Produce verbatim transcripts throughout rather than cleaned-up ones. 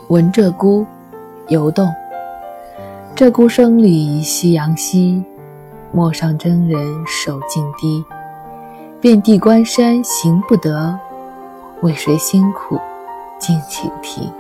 闻鹧鸪，游动。鹧鸪声里夕阳西，陌上征人手竟低。遍地关山行不得，为谁辛苦尽请提。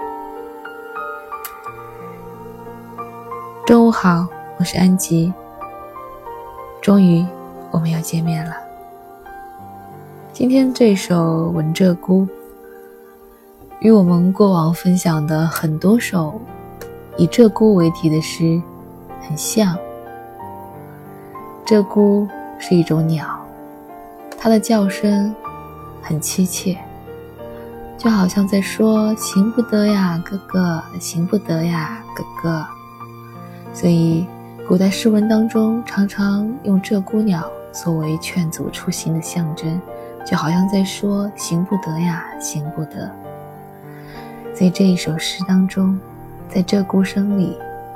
中午好，我是安吉。终于我们要见面了。今天这首《闻鹧鸪》与我们过往分享的很多首以鹧鸪为题的诗很像。鹧鸪是一种鸟，它的叫声很凄切，就好像在说行不得呀哥哥，行不得呀哥哥。所以古代诗文当中常常用鹧鸪鸟作为劝阻出行的象征，就好像在说行不得呀，行不得。所以这一首诗当中，在鹧鸪声里，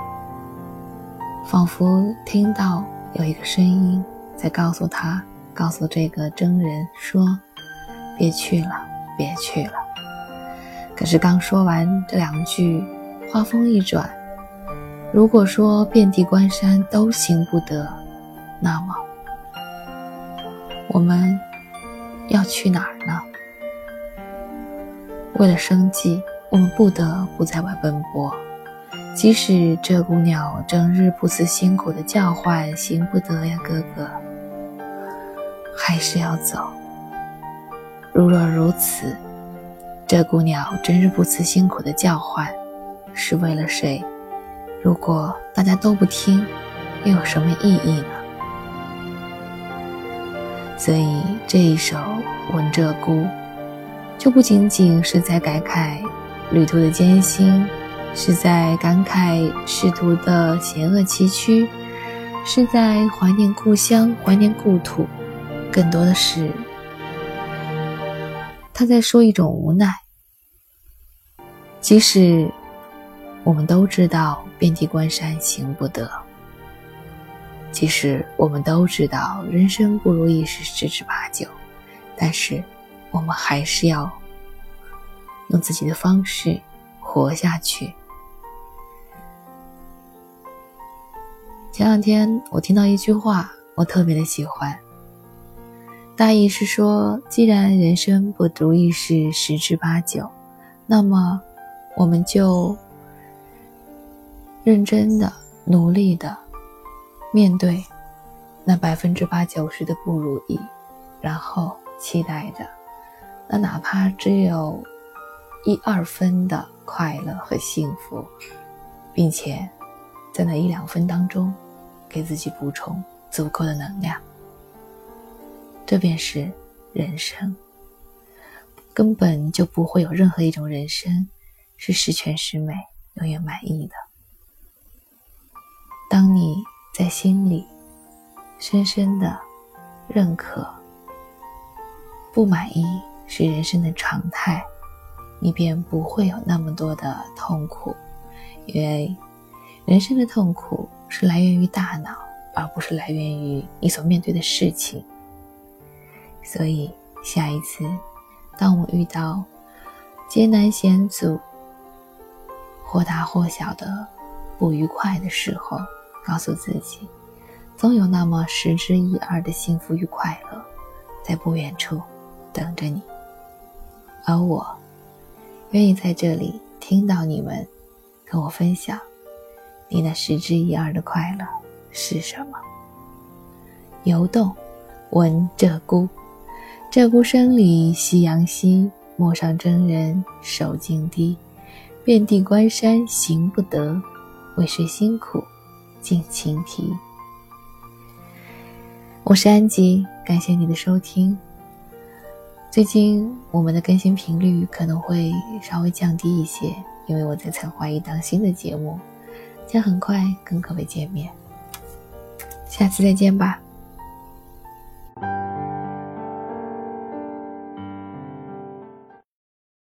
仿佛听到有一个声音在告诉他，告诉这个征人说，别去了，别去了。可是刚说完这两句，话锋一转，如果说遍地关山都行不得，那么我们要去哪儿呢？为了生计，我们不得不在外奔波，即使鹧鸪鸟整日不辞辛苦的叫唤行不得呀哥哥，还是要走。如若如此，鹧鸪鸟整日不辞辛苦的叫唤是为了谁？如果大家都不听，又有什么意义呢？所以这一首《闻鹧鸪》就不仅仅是在感慨旅途的艰辛，是在感慨仕途的险恶崎岖，是在怀念故乡，怀念故土，更多的是他在说一种无奈。即使我们都知道遍地关山行不得，即使我们都知道人生不如意是十之八九，但是我们还是要用自己的方式活下去。前两天我听到一句话，我特别的喜欢，大意是说，既然人生不如意是十之八九，那么我们就认真的努力的面对那百分之八九十的不如意，然后期待着那哪怕只有一二分的快乐和幸福，并且在那一两分当中给自己补充足够的能量。这便是人生，根本就不会有任何一种人生是十全十美永远满意的。当你在心里深深的认可不满意是人生的常态，你便不会有那么多的痛苦，因为人生的痛苦是来源于大脑，而不是来源于你所面对的事情。所以下一次当我遇到艰难险阻或大或小的不愉快的时候，告诉自己总有那么十之一二的幸福与快乐在不远处等着你，而我愿意在这里听到你们跟我分享你那十之一二的快乐是什么。游动，闻鹧鸪。鹧鸪声里夕阳西，陌上征人手竟低。遍地关山行不得，为谁辛苦尽请提。我是安吉，感谢你的收听。最近我们的更新频率可能会稍微降低一些，因为我在策划一档新的节目，将很快跟各位见面。下次再见吧。